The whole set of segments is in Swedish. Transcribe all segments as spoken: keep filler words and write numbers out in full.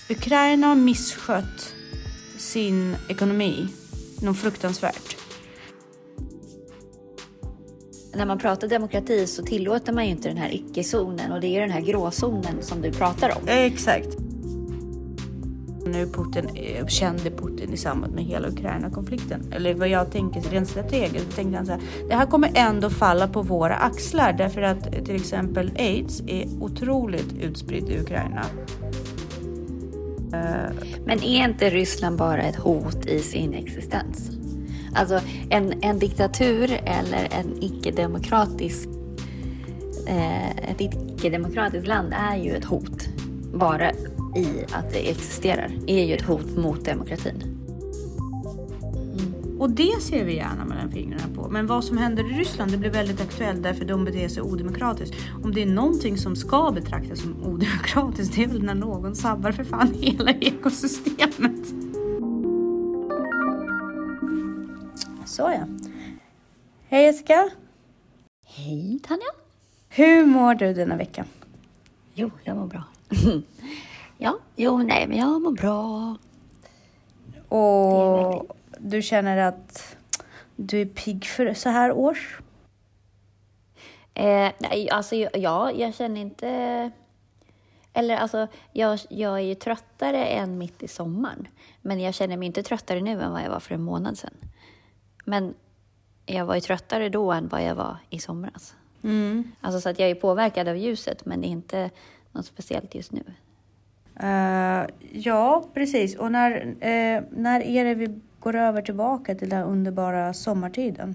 Ukraina har misskött sin ekonomi. Något fruktansvärt. När man pratar demokrati så tillåter man ju inte den här icke-zonen. Och det är den här gråzonen som du pratar om. Exakt. Nu Putin, kände Putin i samband med hela Ukraina-konflikten. Eller vad jag tänker rent strategiskt. Tänkte han så här, det här kommer ändå falla på våra axlar. Därför att till exempel AIDS är otroligt utspritt i Ukraina. Men är inte Ryssland bara ett hot i sin existens? Alltså en, en diktatur eller en icke-demokratisk eh, ett icke-demokratiskt land är ju ett hot. Bara i att det existerar är ju ett hot mot demokratin. Mm. Och det ser vi gärna mellan fingrarna på. Men vad som händer i Ryssland, det blir väldigt aktuellt därför de beter sig odemokratiskt. Om det är någonting som ska betraktas som odemokratiskt, det är väl när någon sabbar för fan hela ekosystemet. Så ja. Hej Jessica. Hej Tanja. Hur mår du denna vecka? Jo, jag mår bra. ja, jo, nej, men jag mår bra. Och du känner att du är pigg för så här års? Eh, nej, alltså ja, jag känner inte... Eller alltså, jag, jag är ju tröttare än mitt i sommaren. Men jag känner mig inte tröttare nu än vad jag var för en månad sedan. Men jag var ju tröttare då än vad jag var i somras. Mm. Alltså så att jag är påverkad av ljuset, men det är inte något speciellt just nu. Uh, ja, precis. Och när, uh, när är det vi går över tillbaka till den underbara sommartiden?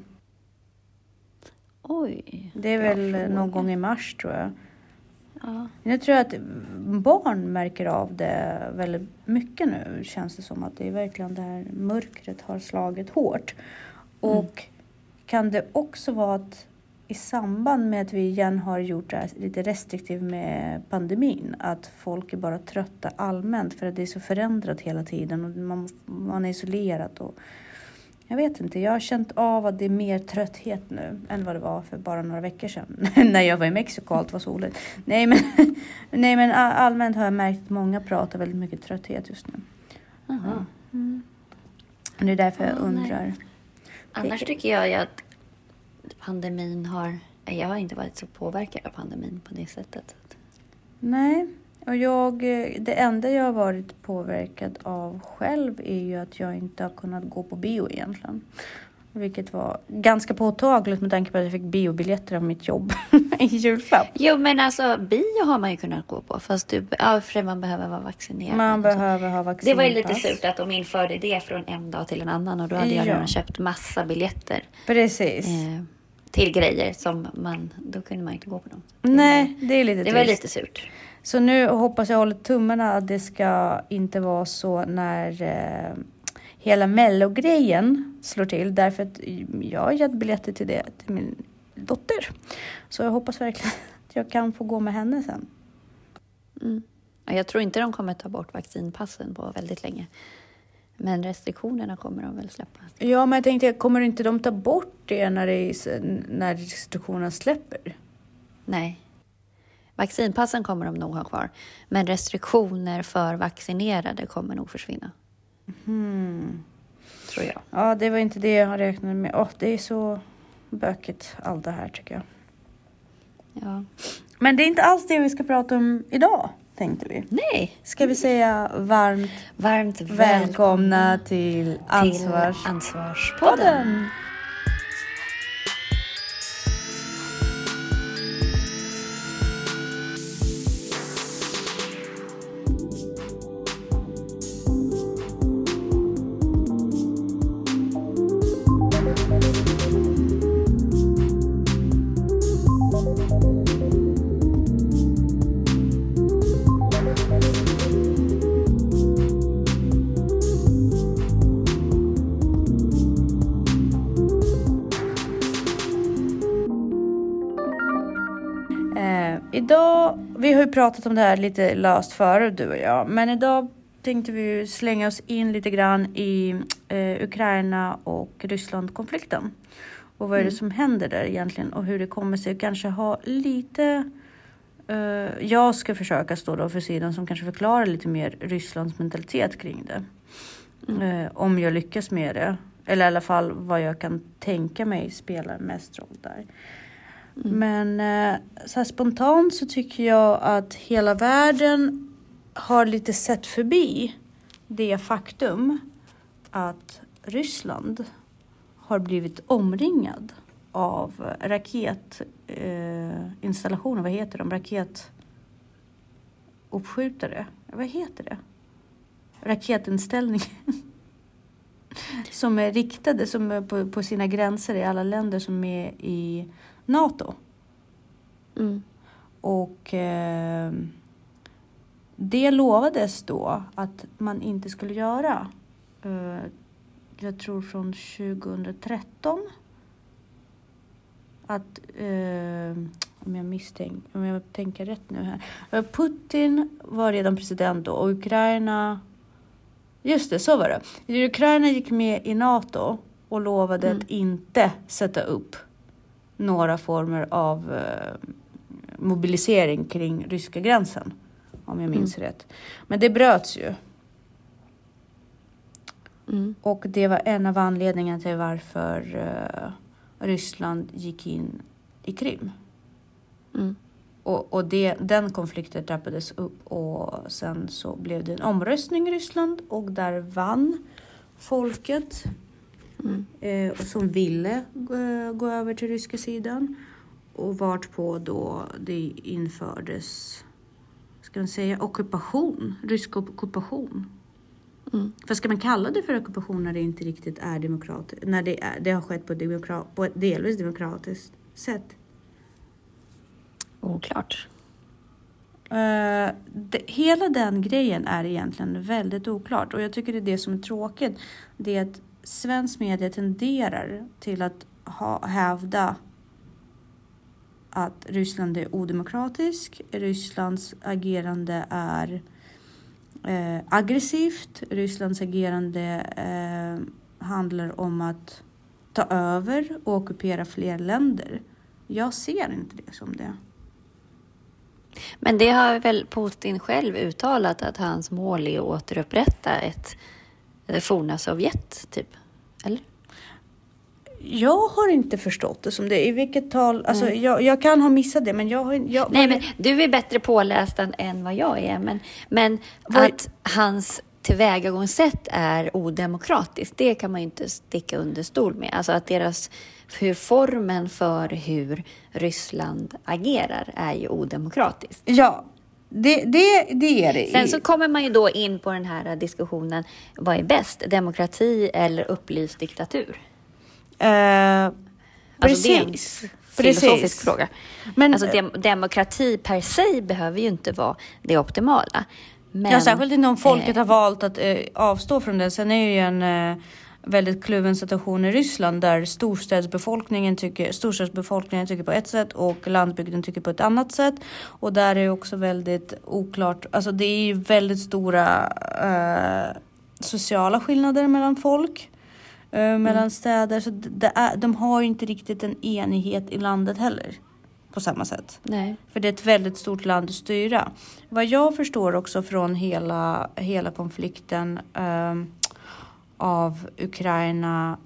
Oj. Det är väl någon gång i mars tror jag. Ja. Jag tror att barn märker av det väldigt mycket nu. Känns det som att det är verkligen det här mörkret har slagit hårt. Och mm. kan det också vara att i samband med att vi igen har gjort det lite restriktivt med pandemin. Att folk är bara trötta allmänt för att det är så förändrat hela tiden. Och man, man är isolerat. Och jag vet inte, jag har känt av att det är mer trötthet nu än vad det var för bara några veckor sedan. När jag var i Mexiko och allt var soligt. Nej men, nej men allmänt har jag märkt att många pratar väldigt mycket trötthet just nu. Aha. Mm. Det är därför jag undrar. Nej. Annars tycker jag ju att pandemin har... Jag har inte varit så påverkad av pandemin på det sättet. Nej, och jag, det enda jag har varit påverkad av själv är ju att jag inte har kunnat gå på bio egentligen. Vilket var ganska påtagligt med tanke på att jag fick biobiljetter av mitt jobb i julklapp. Jo, men alltså bio har man ju kunnat gå på. Fast du, ja, för man behöver vara vaccinerad. Man behöver ha vaccinpass. Det var ju lite surt att de införde det från en dag till en annan. Och då hade jag ja. redan köpt massa biljetter. Precis. Eh, till grejer som man... Då kunde man inte gå på dem. Nej, det är lite Det trist. var lite surt. Så nu hoppas jag håller tummarna att det ska inte vara så när... Eh, hela Mello-grejen slår till. Därför att jag har gett biljetter till det till min dotter. Så jag hoppas verkligen att jag kan få gå med henne sen. Mm. Jag tror inte de kommer ta bort vaccinpassen på väldigt länge. Men restriktionerna kommer de väl släppa. Ja, men jag tänkte, kommer inte de ta bort det när, det är, när restriktionerna släpper? Nej. Vaccinpassen kommer de nog ha kvar. Men restriktioner för vaccinerade kommer nog försvinna. Hmm. Tror jag. Ja, det var inte det jag räknade med. Oh, det är så bökigt allt det här tycker jag. Ja. Men det är inte alls det vi ska prata om idag, tänkte vi. Nej. Ska vi säga varmt, varmt välkomna, välkomna till, ansvars... till Ansvarspodden. Idag, vi har ju pratat om det här lite löst före du och jag. Men idag tänkte vi slänga oss in lite grann i eh, Ukraina och Ryssland-konflikten. Och vad är det som händer där egentligen? Och hur det kommer sig kanske ha lite Uh, jag ska försöka stå då för sidan som kanske förklarar lite mer Rysslands mentalitet kring det. Mm. Uh, om jag lyckas med det. Eller i alla fall vad jag kan tänka mig spelar mest roll där. Mm. Men uh, så här spontant så tycker jag att hela världen har lite sett förbi det faktum att Ryssland har blivit omringad av raketinstallationer. Eh, vad heter de? Raketopskjutare. Vad heter det? Raketinställning. Som är riktade som är på, på sina gränser i alla länder som är i NATO. Mm. Och eh, det lovades då att man inte skulle göra. Eh, jag tror från tjugohundratretton. Att, eh, om jag misstänker, om jag tänker rätt nu här. Putin var redan president då och Ukraina, just det, så var det. Ukraina gick med i NATO och lovade mm. att inte sätta upp några former av eh, mobilisering kring ryska gränsen. Om jag minns mm. rätt. Men det bröts ju. Mm. Och det var en av anledningarna till varför uh, Ryssland gick in i Krim. Mm. Och, och det, den konflikten trappades upp och sen så blev det en omröstning i Ryssland och där vann folket mm. eh, som ville gå, gå över till ryska sidan. Och vart på då det infördes, ska man säga, ockupation, rysk ockupation. Mm. För ska man kalla det för ockupation när det inte riktigt är demokratiskt, när det, är, det har skett på, demokra- på ett delvis demokratiskt sätt? Oklart. Uh, det, hela den grejen är egentligen väldigt oklart och jag tycker det är det som är tråkigt. Det är att svensk media tenderar till att ha, hävda att Ryssland är odemokratisk. Rysslands agerande är eh, aggressivt. Rysslands agerande eh, handlar om att ta över och ockupera fler länder. Jag ser inte det som det. Men det har väl Putin själv uttalat att hans mål är att återupprätta ett forna Sovjet, typ? Eller? Jag har inte förstått det som det. I vilket tal... Alltså, mm. jag, jag kan ha missat det, men jag har... Jag, Nej, men du är bättre påläst än vad jag är. Men, men Var... att hans tillvägagångssätt är odemokratiskt, det kan man ju inte sticka under stol med. Alltså att deras... Hur formen för hur Ryssland agerar är ju odemokratiskt. Ja, det, det, det är det. Sen så kommer man ju då in på den här diskussionen. Vad är bäst? Demokrati eller upplyst diktatur? Uh, alltså precis. Det är en filosofisk precis. fråga. Men, alltså dem- demokrati per se behöver ju inte vara det optimala. Men, ja, särskilt inte om folket eh, har valt att eh, avstå från det. Sen är det ju en eh, väldigt kluven situation i Ryssland där storstadsbefolkningen tycker, storstadsbefolkningen tycker på ett sätt och landsbygden tycker på ett annat sätt. Och där är också väldigt oklart, alltså det är ju väldigt stora eh, sociala skillnader mellan folk. Mellan mm. städer. Så det är, de har ju inte riktigt en enighet i landet heller. På samma sätt. Nej. För det är ett väldigt stort land att styra. Vad jag förstår också från hela, hela konflikten um, av Ukraina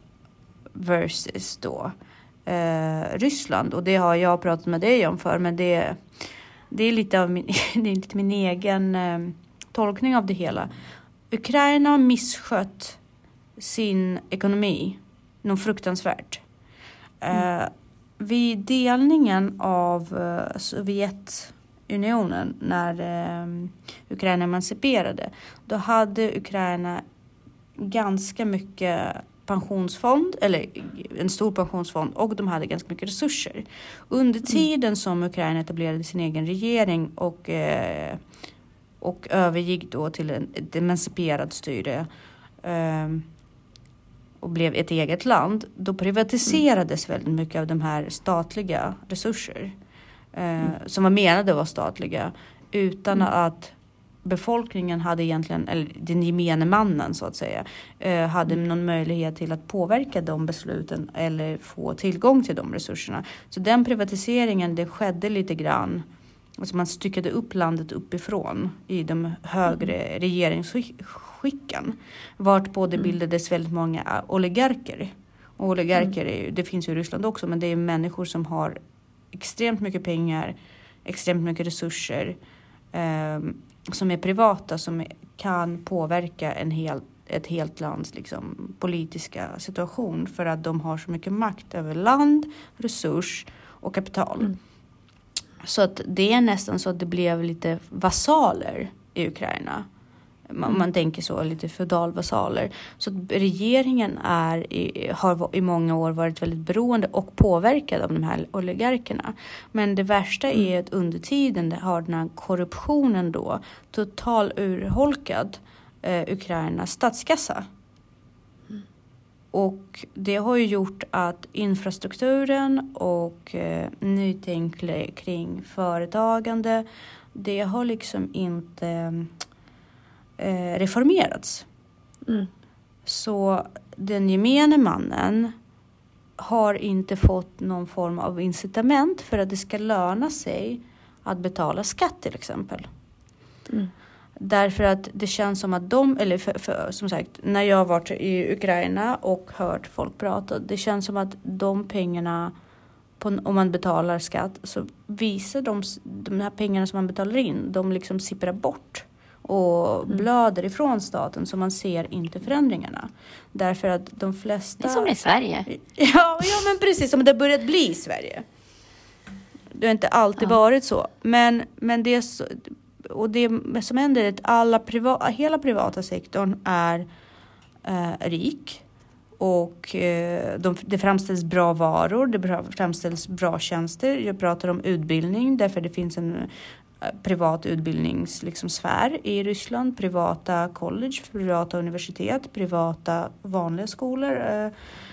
versus då uh, Ryssland. Och det har jag pratat med dig om för. Men det, det är lite av min, det är lite min egen um, tolkning av det hela. Ukraina har misskött sin ekonomi något fruktansvärt. Mm. Uh, vid delningen av uh, Sovjetunionen när uh, Ukraina emanciperade, då hade Ukraina ganska mycket pensionsfond, eller en stor pensionsfond, och de hade ganska mycket resurser. Under tiden mm. som Ukraina etablerade sin egen regering och, uh, och övergick då till en, ett emanciperat styre uh, och blev ett eget land, då privatiserades mm. väldigt mycket av de här statliga resurser eh, mm. som var menade att vara statliga, utan mm. att befolkningen hade egentligen, eller den gemene mannen så att säga, eh, hade mm. någon möjlighet till att påverka de besluten eller få tillgång till de resurserna. Så den privatiseringen, det skedde lite grann alltså man styckade upp landet uppifrån i de högre mm. regeringsskicken. Vart på det bildades väldigt många oligarker. Och oligarker, är ju, det finns ju i Ryssland också, men det är människor som har extremt mycket pengar, extremt mycket resurser, eh, som är privata, som kan påverka en hel, ett helt lands liksom, politiska situation för att de har så mycket makt över land, resurs och kapital. Mm. Så att det är nästan så att det blev lite vasaler i Ukraina. Man, mm. man tänker så, lite feodalvasaler. Så att regeringen är i, har i många år varit väldigt beroende och påverkad av de här oligarkerna. Men det värsta mm. är att under tiden har den här korruptionen då total urholkad eh, Ukrainas statskassa. Mm. Och det har ju gjort att infrastrukturen och eh, nytänk kring företagande, det har liksom inte eh, reformerats. Mm. Så den gemene mannen har inte fått någon form av incitament för att det ska löna sig att betala skatt till exempel. Mm. Därför att det känns som att de, eller för, för, som sagt, när jag har varit i Ukraina och hört folk prata, det känns som att de pengarna, på, om man betalar skatt, så visar de, de här pengarna som man betalar in, de liksom sipprar bort och mm. blöder ifrån staten, så man ser inte förändringarna. Därför att de flesta... Det är som i Sverige. Ja, ja men precis, som det har börjat bli i Sverige. Det har inte alltid ja. varit så. Men, men det är så... Och det som händer är att alla priva, hela privata sektorn är eh, rik. Och eh, de, det framställs bra varor, det framställs bra tjänster. Jag pratar om utbildning, därför det finns en eh, privat utbildningssfär liksom, i Ryssland. Privata college, privata universitet, privata vanliga skolor. Eh,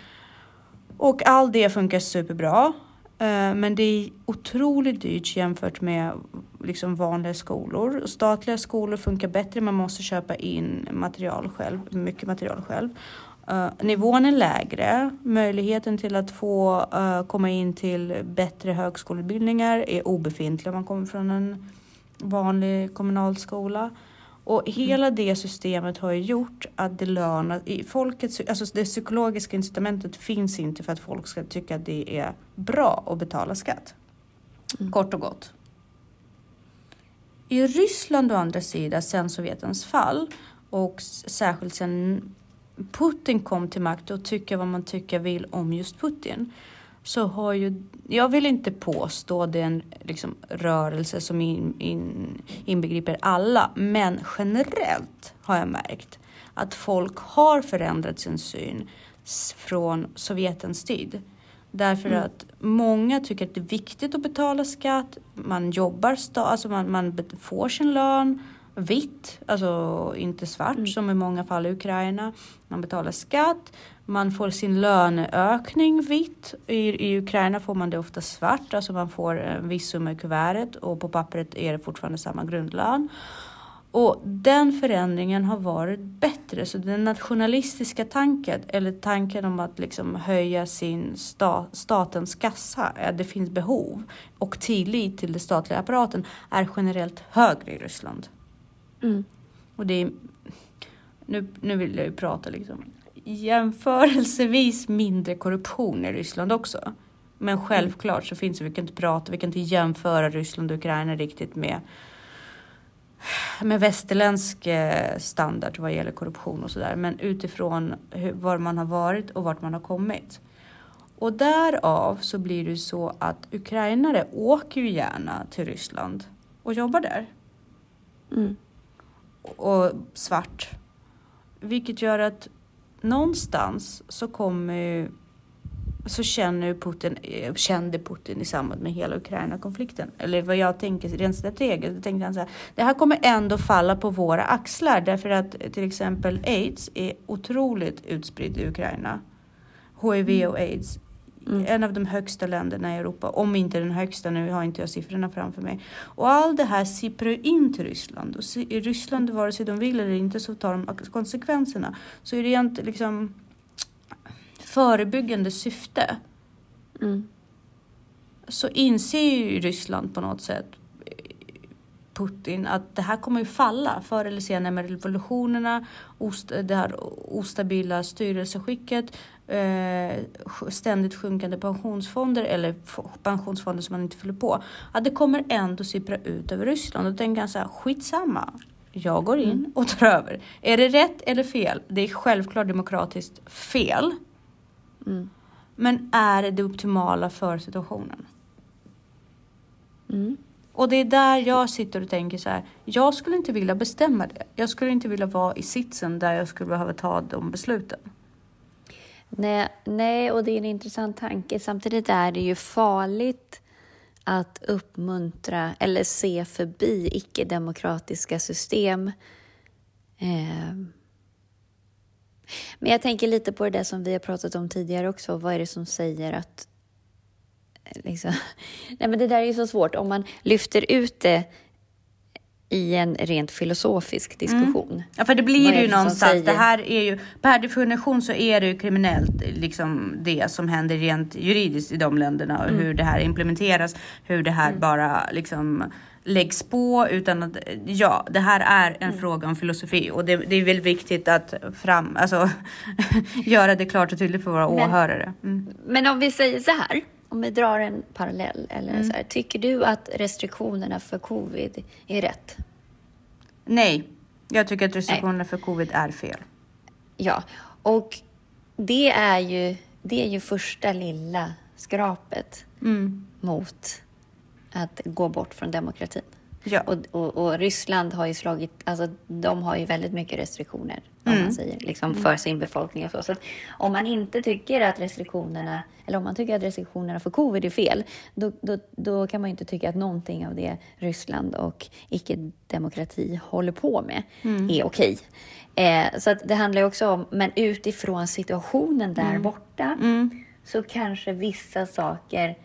och allt det funkar superbra. Men det är otroligt dyrt jämfört med liksom vanliga skolor. Statliga skolor funkar bättre. Man måste köpa in material själv. Mycket material själv. Uh, nivån är lägre. Möjligheten till att få uh, komma in till bättre högskoleutbildningar är obefintlig om man kommer från en vanlig kommunalskola. Och hela det systemet har gjort att det lönar i folket, alltså det psykologiska incitamentet finns inte för att folk ska tycka att det är bra att betala skatt. Mm. Kort och gott. I Ryssland å andra sidan, sen Sovjetens fall och särskilt sen Putin kom till makt och tycka vad man tycker vill om just Putin, så har ju, jag vill inte påstå det är en liksom, rörelse som in, in, inbegriper alla, men generellt har jag märkt att folk har förändrat sin syn från Sovjetens tid. Därför mm. att många tycker att det är viktigt att betala skatt, man jobbar, alltså man, man får sin lön vitt, alltså inte svart mm. som i många fall i Ukraina. Man betalar skatt, man får sin löneökning vitt. I, I Ukraina får man det ofta svart, alltså man får en viss summa i kuvertet och på pappret är det fortfarande samma grundlön. Och den förändringen har varit bättre, så den nationalistiska tanken, eller tanken om att liksom höja sin sta, statens kassa, ja, det finns behov och tillit till den statliga apparaten är generellt högre i Ryssland. Mm. Och det är, nu, nu vill jag ju prata liksom jämförelsevis mindre korruption i Ryssland också. Men självklart så finns det, vi kan inte prata, vi kan inte jämföra Ryssland och Ukraina riktigt med med västerländsk standard vad gäller korruption och sådär. Men utifrån hur, var man har varit och vart man har kommit. Och därav så blir det så att ukrainare åker ju gärna till Ryssland och jobbar där. Mm. Och svart. Vilket gör att någonstans så kommer så känner Putin, kände Putin i samband med hela Ukraina-konflikten. Eller vad jag tänker rent strategiskt. Tänkte han så här, det här kommer ändå falla på våra axlar. Därför att till exempel AIDS är otroligt utspridd i Ukraina. H I V och AIDS. Mm. En av de högsta länderna i Europa. Om inte den högsta, nu har inte jag siffrorna framför mig. Och allt det här sipprar in till Ryssland. Och i Ryssland, vare sig de vill eller inte, så tar de konsekvenserna. Så är det rent liksom förebyggande syfte. Mm. Så inser ju Ryssland på något sätt Putin att det här kommer ju falla förr eller senare med revolutionerna, det här ostabila styrelseskicket, ständigt sjunkande pensionsfonder eller pensionsfonder som man inte fyller på. Att det kommer ändå sippra ut över Ryssland och tänka så här, skitsamma. Jag går in mm. och tar över. Är det rätt eller fel? Det är självklart demokratiskt fel. Mm. Men är det det optimala för situationen? Mm. Och det är där jag sitter och tänker så här. Jag skulle inte vilja bestämma det. Jag skulle inte vilja vara i sitsen där jag skulle behöva ta de besluten. Nej, nej, och det är en intressant tanke. Samtidigt är det ju farligt att uppmuntra eller se förbi icke-demokratiska system. Eh. Men jag tänker lite på det som vi har pratat om tidigare också. Vad är det som säger att... Liksom, nej, men det där är ju så svårt. Om man lyfter ut det i en rent filosofisk diskussion. Mm. Ja, för det blir det ju någonstans. Säger... Det här är ju, per definition så är det ju kriminellt, liksom det som händer rent juridiskt i de länderna. Och mm. hur det här implementeras, hur det här mm. bara liksom läggs på. Utan att, ja, det här är en mm. fråga om filosofi. Och det, det är väl viktigt att fram, alltså, göra det klart och tydligt för våra men, åhörare. Mm. Men om vi säger så här. Om vi drar en parallell. Eller mm. så här, tycker du att restriktionerna för covid är rätt? Nej, jag tycker att restriktionerna Nej. för covid är fel. Ja, och det är ju, det är ju första lilla skrapet mm. mot att gå bort från demokratin. Ja. Och, och, och Ryssland har ju slagit, alltså de har ju väldigt mycket restriktioner, om mm. man säger, liksom för sin befolkning och så. Så att om man inte tycker att restriktionerna, eller om man tycker att restriktionerna för covid är fel, då, då, då kan man ju inte tycka att någonting av det Ryssland och icke-demokrati håller på med mm. är okej. Eh, så att det handlar ju också om, men utifrån situationen där mm. borta, mm. så kanske vissa saker,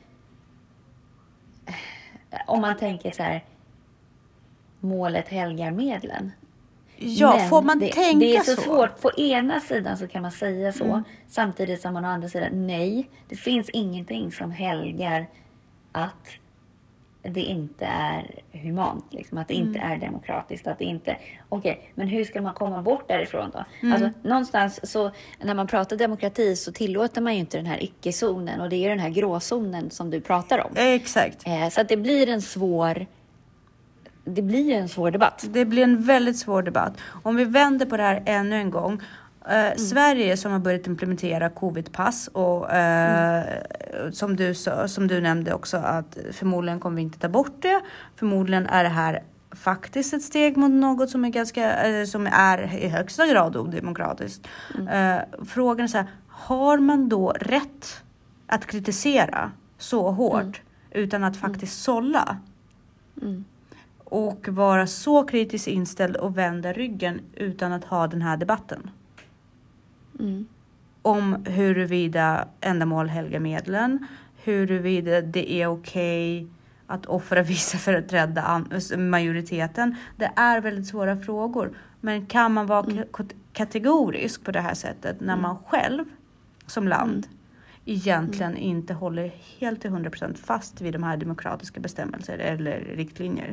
om man tänker så här, målet helgar medlen. Ja, men får man det, tänka så? Det är så, så svårt. På ena sidan så kan man säga så. Mm. Samtidigt som man å andra sidan, nej. Det finns ingenting som helgar att det inte är humant. Liksom, att det mm. inte är demokratiskt. Att det inte... Okej, okay, men hur ska man komma bort därifrån då? Mm. Alltså, någonstans så, när man pratar demokrati så tillåter man ju inte den här icke-zonen. Och det är den här gråzonen som du pratar om. Exakt. Eh, så att det blir en svår... Det blir en svår debatt. Det blir en väldigt svår debatt. Om vi vänder på det här ännu en gång. Eh, mm. Sverige som har börjat implementera covid-pass. Och eh, mm. som, du, som du nämnde också. Att förmodligen kommer vi inte ta bort det. Förmodligen är det här faktiskt ett steg mot något som är, ganska, eh, som är i högsta grad odemokratiskt. Mm. Eh, frågan är så här. Har man då rätt att kritisera så hårt. Mm. Utan att faktiskt mm. sålla? Mm. Och vara så kritiskt inställd och vända ryggen utan att ha den här debatten. Mm. Om huruvida ändamål helgar medlen. Huruvida det är okej att offra vissa för att rädda majoriteten. Det är väldigt svåra frågor. Men kan man vara mm. kategorisk på det här sättet när mm. man själv som land mm. egentligen mm. inte håller helt till hundra procent fast vid de här demokratiska bestämmelser eller riktlinjer?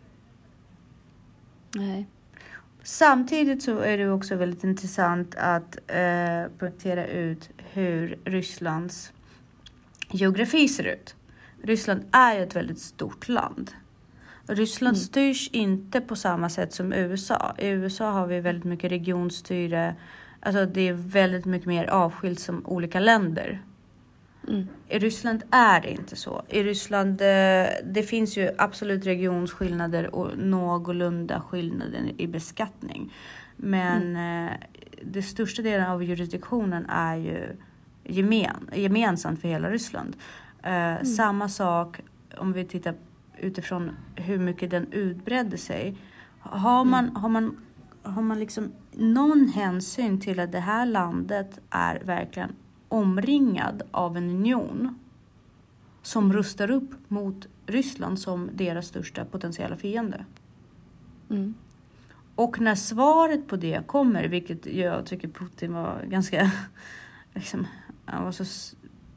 Nej. Samtidigt så är det också väldigt intressant att eh, poängtera ut hur Rysslands geografi ser ut. Ryssland är ju ett väldigt stort land. Ryssland mm. styrs inte på samma sätt som U S A. I U S A har vi väldigt mycket regionstyre. Alltså det är väldigt mycket mer avskilt som olika länder. Mm. I Ryssland är det inte så. I Ryssland det, det finns ju absolut regionsskillnader och någorlunda skillnader i beskattning. Men mm. det största delen av jurisdiktionen är ju gemen, gemensamt för hela Ryssland. Mm. Samma sak om vi tittar utifrån hur mycket den utbredde sig. Har man, mm. har man, har man liksom någon hänsyn till att det här landet är verkligen omringad av en union som rustar upp mot Ryssland som deras största potentiella fiende. Mm. Och när svaret på det kommer, vilket jag tycker Putin var ganska liksom, han var så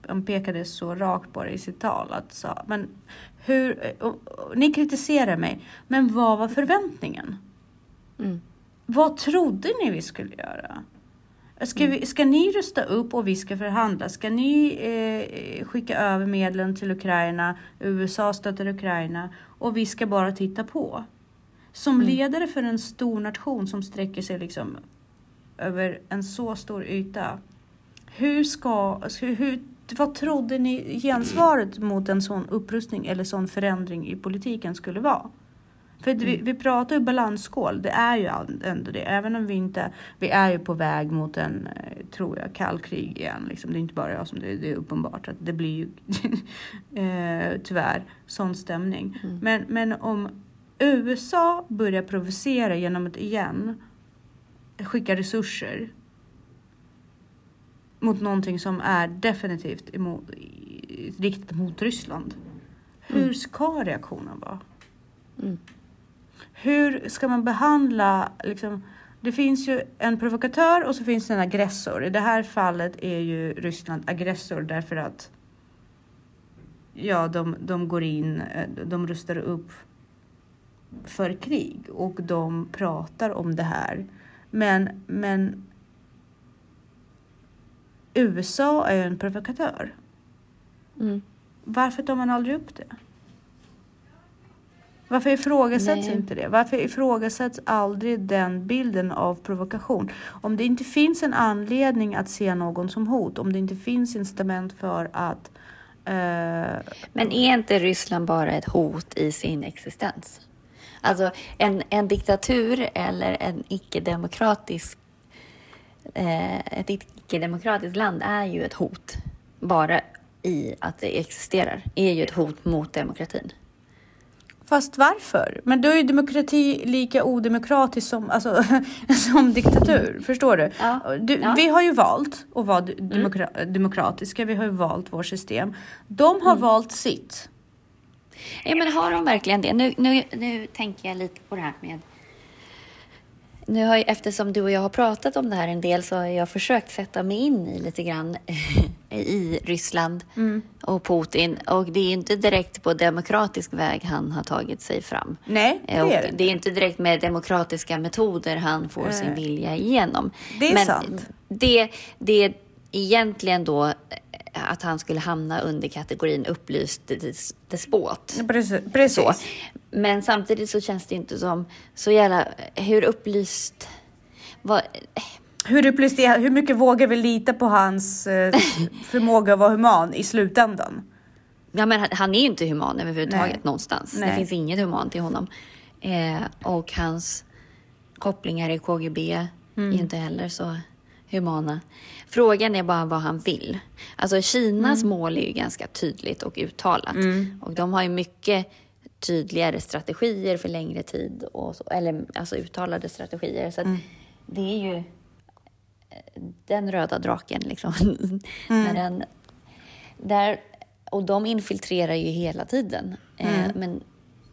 han pekade så rakt på det i sitt tal. Att sa, men hur, och, och, ni kritiserar mig, men vad var förväntningen? Mm. Vad trodde ni vi skulle göra? Ska, vi, ska ni rösta upp och vi ska förhandla? Ska ni eh, skicka över medlen till Ukraina? U S A stöttar Ukraina. Och vi ska bara titta på. Som mm. ledare för en stor nation som sträcker sig liksom över en så stor yta. Hur ska... Hur, hur, vad trodde ni gensvaret mot en sån upprustning eller sån förändring i politiken skulle vara? För vi, vi pratar ju balansskål, det är ju ändå det. Även om vi inte, vi är ju på väg mot en, tror jag, kallkrig igen. Liksom. Det är inte bara jag som det, det är uppenbart att det blir ju eh, tyvärr sån stämning. Mm. Men, men om U S A börjar provocera genom att igen skicka resurser mot någonting som är definitivt emot, riktat mot Ryssland. Hur mm. ska reaktionen vara? Mm. Hur ska man behandla, liksom, det finns ju en provokatör och så finns det en aggressor. I det här fallet är ju Ryssland aggressor därför att ja, de, de går in, de rustar upp för krig och de pratar om det här. Men, men U S A är ju en provokatör. Mm. Varför tar man aldrig upp det? Varför ifrågasätts Nej. inte det? Varför ifrågasätts aldrig den bilden av provokation? Om det inte finns en anledning att se någon som hot, om det inte finns incitament för att... Uh... Men är inte Ryssland bara ett hot i sin existens? Alltså en, en diktatur eller en icke-demokratisk, eh, ett icke-demokratiskt land är ju ett hot. Bara i att det existerar. Är ju ett hot mot demokratin. Fast varför? Men då är ju demokrati lika odemokratisk som, alltså, som diktatur. Förstår du? Ja. du ja. Vi har ju valt att vara demokra- mm. demokratiska. Vi har ju valt vårt system. De har mm. valt sitt. Ja, men har de verkligen det? Nu, nu, nu tänker jag lite på det här med... Nu har jag, eftersom du och jag har pratat om det här en del så har jag försökt sätta mig in i lite grann i Ryssland mm. och Putin. Och det är inte direkt på demokratisk väg han har tagit sig fram. Nej, det är det. Och det är inte direkt med demokratiska metoder han får äh. sin vilja igenom. Det är Men sant. Det, det är egentligen då att han skulle hamna under kategorin upplyst despot. Precis. Precis. Så. Men samtidigt så känns det inte som så jävla... Hur upplyst... Vad, hur upplyst är, hur mycket vågar vi lita på hans eh, förmåga att vara human i slutändan? Ja, men han, han är ju inte human överhuvudtaget Nej. någonstans. Nej. Det finns inget human till honom. Eh, och hans kopplingar i K G B mm. är inte heller så humana. Frågan är bara vad han vill. Alltså Kinas mm. mål är ju ganska tydligt och uttalat. Mm. Och de har ju mycket tydligare strategier för längre tid. Och så, eller alltså uttalade strategier. Så att mm. det är ju den röda draken liksom. Mm. När den, där, och de infiltrerar ju hela tiden. Mm. Eh, men,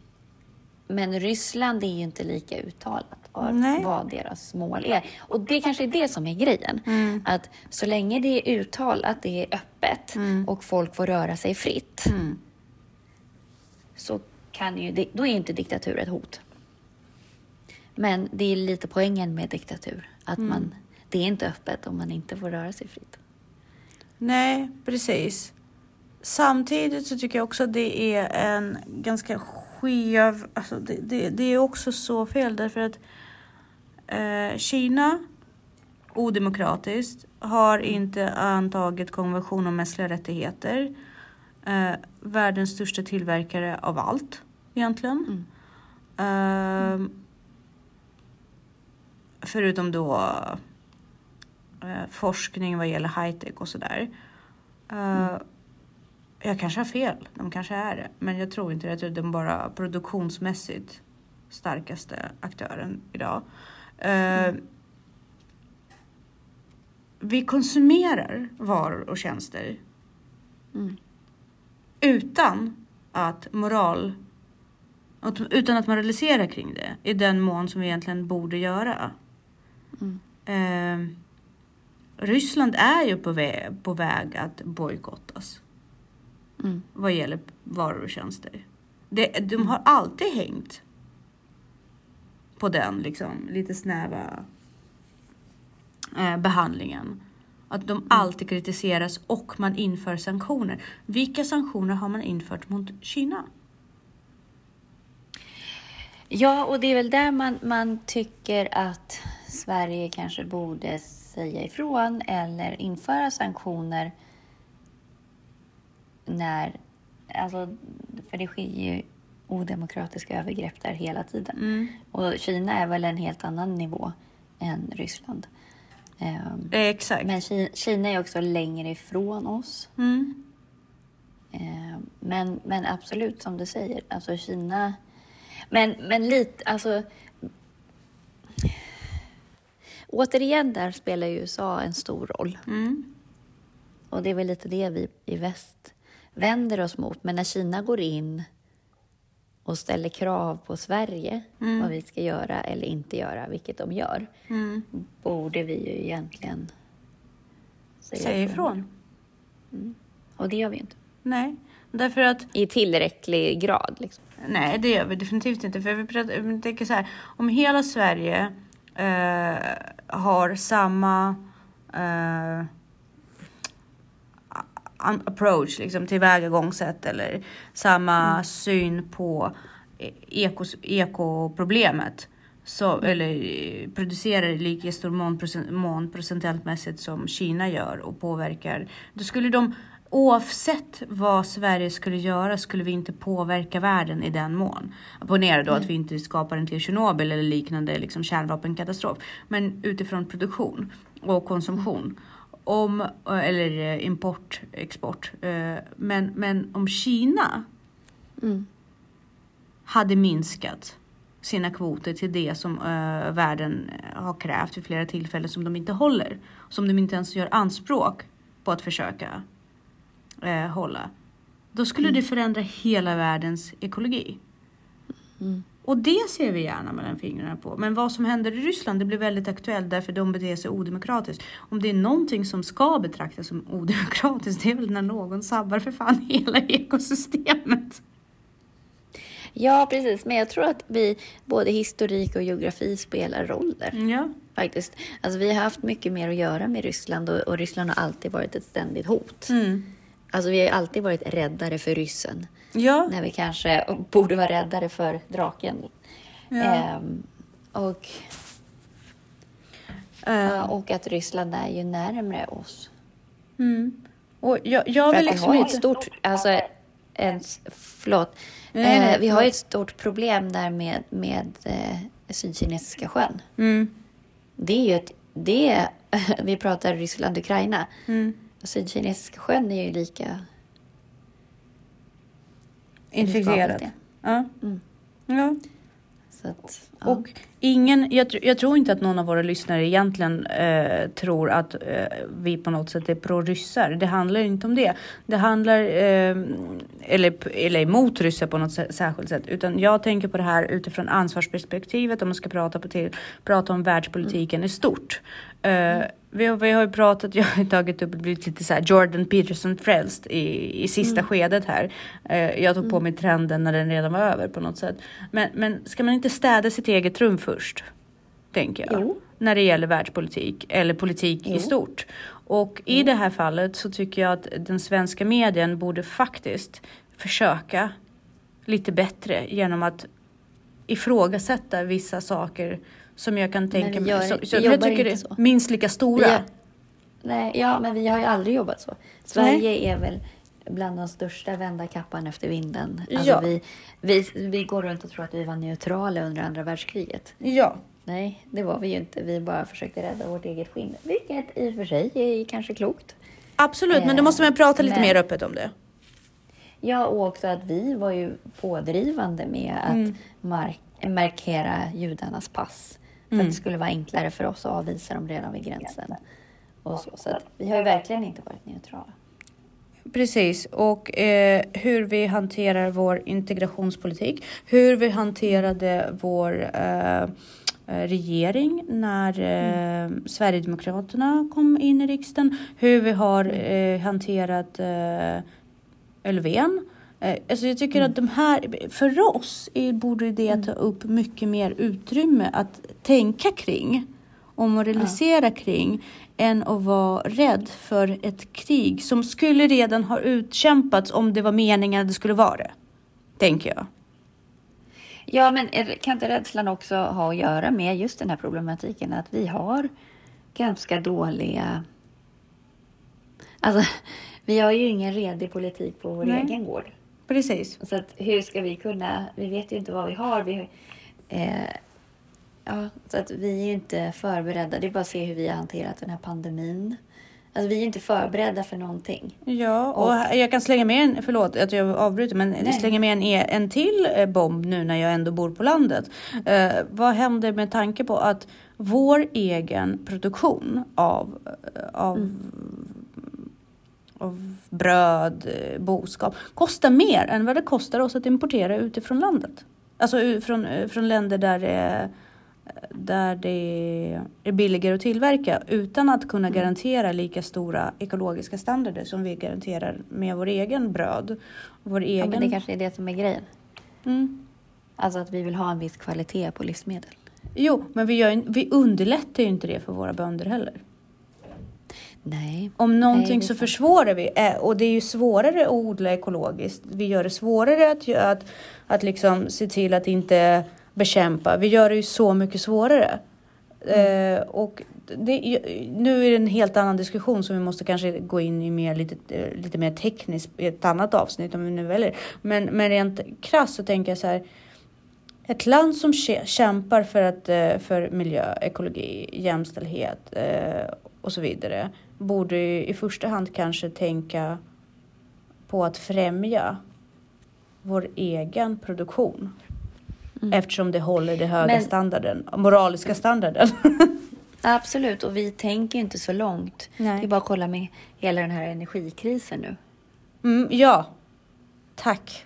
men Ryssland är ju inte lika uttalat vad, vad deras mål är. Och det kanske är det som är grejen. Mm. Att så länge det är uttalat, det är öppet mm. och folk får röra sig fritt. Mm. Så kan ju, då är inte diktatur ett hot. Men det är lite poängen med diktatur. Att mm. man, det är inte öppet om man inte får röra sig fritt. Nej, precis. Samtidigt så tycker jag också att det är en ganska skev... Alltså det, det, det är också så fel därför att eh, Kina, odemokratiskt, har inte antagit konvention om mänskliga rättigheter. Eh, världens största tillverkare av allt egentligen. Mm. Eh, förutom då eh, forskning vad gäller high-tech och sådär. Eh, mm. Jag kanske har fel. De kanske är det. Men jag tror inte det. Jag tror de bara produktionsmässigt starkaste aktören idag. Mm. Uh, vi konsumerar varor och tjänster. Mm. Utan att moral... Utan att moralisera kring det. I den mån som vi egentligen borde göra. Mm. Uh, Ryssland är ju på väg, på väg att bojkottas. Mm. Vad gäller varor och tjänster. Det, de har alltid hängt på den liksom, lite snäva eh, behandlingen. Att de alltid kritiseras och man inför sanktioner. Vilka sanktioner har man infört mot Kina? Ja, och det är väl där man, man tycker att Sverige kanske borde säga ifrån eller införa sanktioner när, alltså, för det sker ju odemokratiska övergrepp där hela tiden. Mm. Och Kina är väl en helt annan nivå än Ryssland. Um, Exakt. Men Ki- Kina är också längre ifrån oss. Mm. Um, men, men absolut, som du säger, alltså Kina... Men, men lite, alltså... Återigen, där spelar ju U S A en stor roll. Mm. Och det är väl lite det vi i väst vänder oss mot. Men när Kina går in och ställer krav på Sverige, mm. vad vi ska göra eller inte göra, vilket de gör, mm. borde vi ju egentligen säga, säga ifrån. Mm. Och det gör vi inte. Nej, därför att... I tillräcklig grad, liksom. Nej, det gör vi definitivt inte. För vi pratar, jag tänker så här, om hela Sverige eh, har samma eh, approach, liksom, tillvägagångssätt eller samma mm. syn på ekos, ekoproblemet, så, mm. eller producerar i lika stor mån, procent, mån procentuellt mässigt som Kina gör och påverkar, då skulle de, oavsett vad Sverige skulle göra, skulle vi inte påverka världen i den mån. Ponera då mm. att vi inte skapar en till Tjernobyl eller liknande liksom kärnvapenkatastrof. Men utifrån produktion och konsumtion. Om, eller import, export. Men, men om Kina mm. hade minskat sina kvoter till det som uh, världen har krävt vid flera tillfällen som de inte håller. Som de inte ens gör anspråk på att försöka Eh, hålla. Då skulle mm. det förändra hela världens ekologi. Mm. Och det ser vi gärna mellan fingrarna på. Men vad som händer i Ryssland, det blir väldigt aktuellt därför de beter sig odemokratiskt. Om det är någonting som ska betraktas som odemokratiskt, det är väl när någon sabbar för fan hela ekosystemet. Ja, precis. Men jag tror att vi, både historik och geografi spelar roller. Ja. Faktiskt. Alltså, vi har haft mycket mer att göra med Ryssland och, och Ryssland har alltid varit ett ständigt hot. Mm. Alltså vi har alltid varit räddare för ryssen. Ja. När vi kanske borde vara räddare för draken. Ja. Ehm, och, uh. och att Ryssland är ju närmare oss. Mm. Och jag, jag vill liksom vi har ett stort, alltså en, förlåt. Mm. Eh, vi har ju ett stort problem där med, med eh, Sydkinesiska sjön. Mm. Det är ju ett, det är, vi pratar Ryssland-Ukraina. Mm. Sydkinesiska sjön är ju lika infekterad. Ja. Mm. Ja. Så att, ja. Och ingen, jag, jag tror inte att någon av våra lyssnare egentligen eh, tror att eh, vi på något sätt är pro-ryssar. Det handlar inte om det. Det handlar, eh, eller, eller emot ryssar på något särskilt sätt. Utan jag tänker på det här utifrån ansvarsperspektivet om man ska prata, på till, prata om världspolitiken mm. i stort. Eh, mm. Vi har, vi har ju pratat, jag har tagit upp blivit lite så här Jordan Peterson frälst i, i sista mm. skedet här. Eh, jag tog mm. på mig trenden när den redan var över på något sätt. Men, men ska man inte städa sitt eget rum först? Tänker jag. Jo. När det gäller världspolitik eller politik jo. i stort. Och i mm. det här fallet så tycker jag att den svenska medien borde faktiskt försöka lite bättre genom att ifrågasätta vissa saker som jag kan tänka mig. Så, så jag tycker det är så. Minst lika stora. Är, nej, ja, men vi har ju aldrig jobbat så. Sverige nej. är väl bland de största vända kappan efter vinden. Alltså ja. vi, vi, vi går runt och tror att vi var neutrala under andra världskriget. Ja. Nej, det var vi ju inte. Vi bara försökte rädda vårt eget skinn. Vilket i och för sig är kanske klokt. Absolut, eh, men då måste man prata lite men, mer öppet om det. Ja, och också att vi var ju pådrivande med att mm. mark- markera judarnas pass. För mm. att det skulle vara enklare för oss att avvisa dem redan vid gränsen. Och så, så att vi har ju verkligen inte varit neutrala. Precis, och eh, hur vi hanterar vår integrationspolitik. Hur vi hanterade vår, eh, regering när eh, Sverigedemokraterna kom in i riksdagen. Hur vi har eh, hanterat eh, Löfven. Eh, alltså jag tycker mm. att de här, för oss är, borde det mm. ta upp mycket mer utrymme att tänka kring och moralisera ja. kring än att vara rädd för ett krig som skulle redan ha utkämpats om det var meningen att det skulle vara det. Tänker jag. Ja, men kan inte rädslan också ha att göra med just den här problematiken att vi har ganska dåliga... Alltså, vi har ju ingen redig politik på vår Nej. egen gård. Precis. Så att hur ska vi kunna... Vi vet ju inte vad vi har. Vi, eh, ja, så att vi är ju inte förberedda. Det är bara att se hur vi har hanterat den här pandemin. Alltså vi är inte förberedda för någonting. Ja, och, och jag kan slänga med en, förlåt att jag avbryter, men Nej. slänga med en, en till bomb nu när jag ändå bor på landet. Eh, vad händer med tanke på att vår egen produktion av, av, mm. av bröd, boskap kostar mer än vad det kostar oss att importera utifrån landet? Alltså från, från länder där det är där det är billigare att tillverka utan att kunna garantera lika stora ekologiska standarder som vi garanterar med vår egen bröd. Vår egen... Ja, men det kanske är det som är grejen. Mm. Alltså att vi vill ha en viss kvalitet på livsmedel. Jo, men vi, gör, vi underlättar ju inte det för våra bönder heller. Nej. Om någonting Nej, så försvårar vi. Och det är ju svårare att odla ekologiskt. Vi gör det svårare att, att, att liksom se till att inte... bekämpa. Vi gör det ju så mycket svårare. Mm. Eh, och det, nu är det en helt annan diskussion som vi måste kanske gå in i mer, lite, lite mer tekniskt i ett annat avsnitt om vi nu väljer. Men, men rent krasst så tänker jag så här. Ett land som kämpar för, att, för miljö, ekologi, jämställdhet eh, och så vidare borde i första hand kanske tänka på att främja vår egen produktion. Mm. Eftersom det håller det höga Men, standarden, moraliska standarden. Absolut, och vi tänker inte så långt. Nej. Det är bara att kolla med hela den här energikrisen nu. Mm, ja, tack.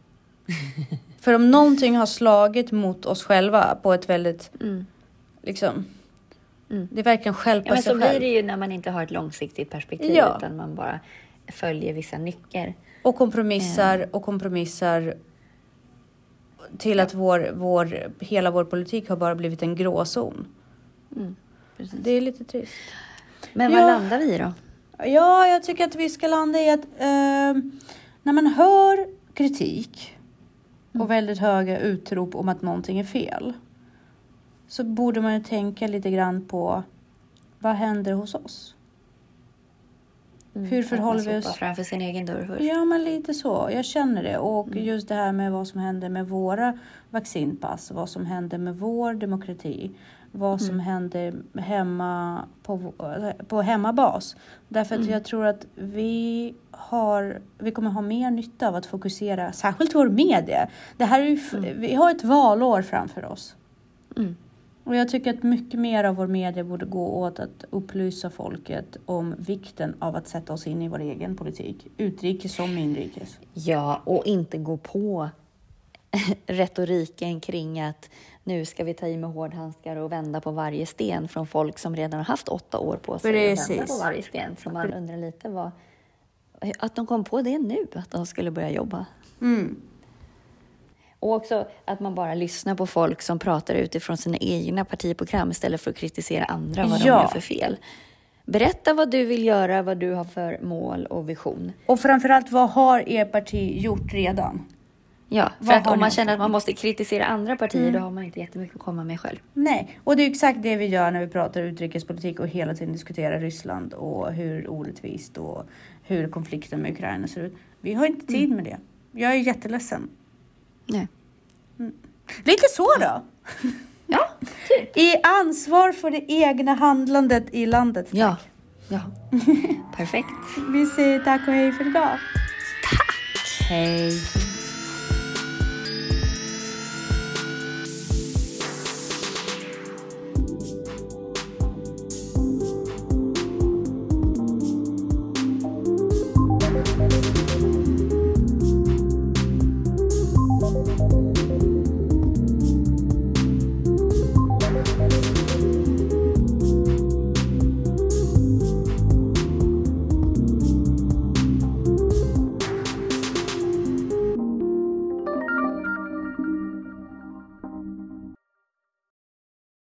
För om någonting har slagit mot oss själva på ett väldigt, mm. liksom, mm. det är verkligen stjälpa ja, men sig så själv. Så blir det ju när man inte har ett långsiktigt perspektiv ja. utan man bara följer vissa nycker. Och kompromissar och kompromissar till att vår, vår, hela vår politik har bara blivit en gråzon. Mm, det är lite trist. Men vad ja. landar vi då? Ja, jag tycker att vi ska landa i att eh, när man hör kritik mm. och väldigt höga utrop om att någonting är fel så borde man ju tänka lite grann på vad händer hos oss? Mm, hur förhåller vi oss? Framför sin egen dörr först. Ja, men lite så. Jag känner det. Och mm. just det här med vad som händer med våra vaccinpass. Vad som händer med vår demokrati. Vad mm. som händer hemma på, på hemmabas. Därför att mm. jag tror att vi, har, vi kommer ha mer nytta av att fokusera. Särskilt vår media. Det här är ju, mm. Vi har ett valår framför oss. Mm. Och jag tycker att mycket mer av vår media borde gå åt att upplysa folket om vikten av att sätta oss in i vår egen politik. Utrikes som inrikes. Ja, och inte gå på retoriken kring att nu ska vi ta i med hårdhandskar och vända på varje sten från folk som redan har haft åtta år på sig Precis. att vända på varje sten. Så man undrar lite vad... Att de kom på det nu, att de skulle börja jobba. Mm. Och också att man bara lyssnar på folk som pratar utifrån sina egna partiprogram istället för att kritisera andra vad ja. de gör för fel. Berätta vad du vill göra, vad du har för mål och vision. Och framförallt, vad har er parti gjort redan? Ja, för att om man känner att man måste kritisera andra partier mm. då har man inte jättemycket att komma med själv. Nej, och det är exakt det vi gör när vi pratar utrikespolitik och hela tiden diskuterar Ryssland och hur orättvist och hur konflikten med Ukraina ser ut. Vi har inte tid mm. med det. Jag är jätteledsen. Nej. Mm. Lite så då. Ja, typ. I ansvar för det egna handlandet i landet. Tack. Ja, ja. Perfekt. Vi säger tack och hej för idag. Tack. Hej.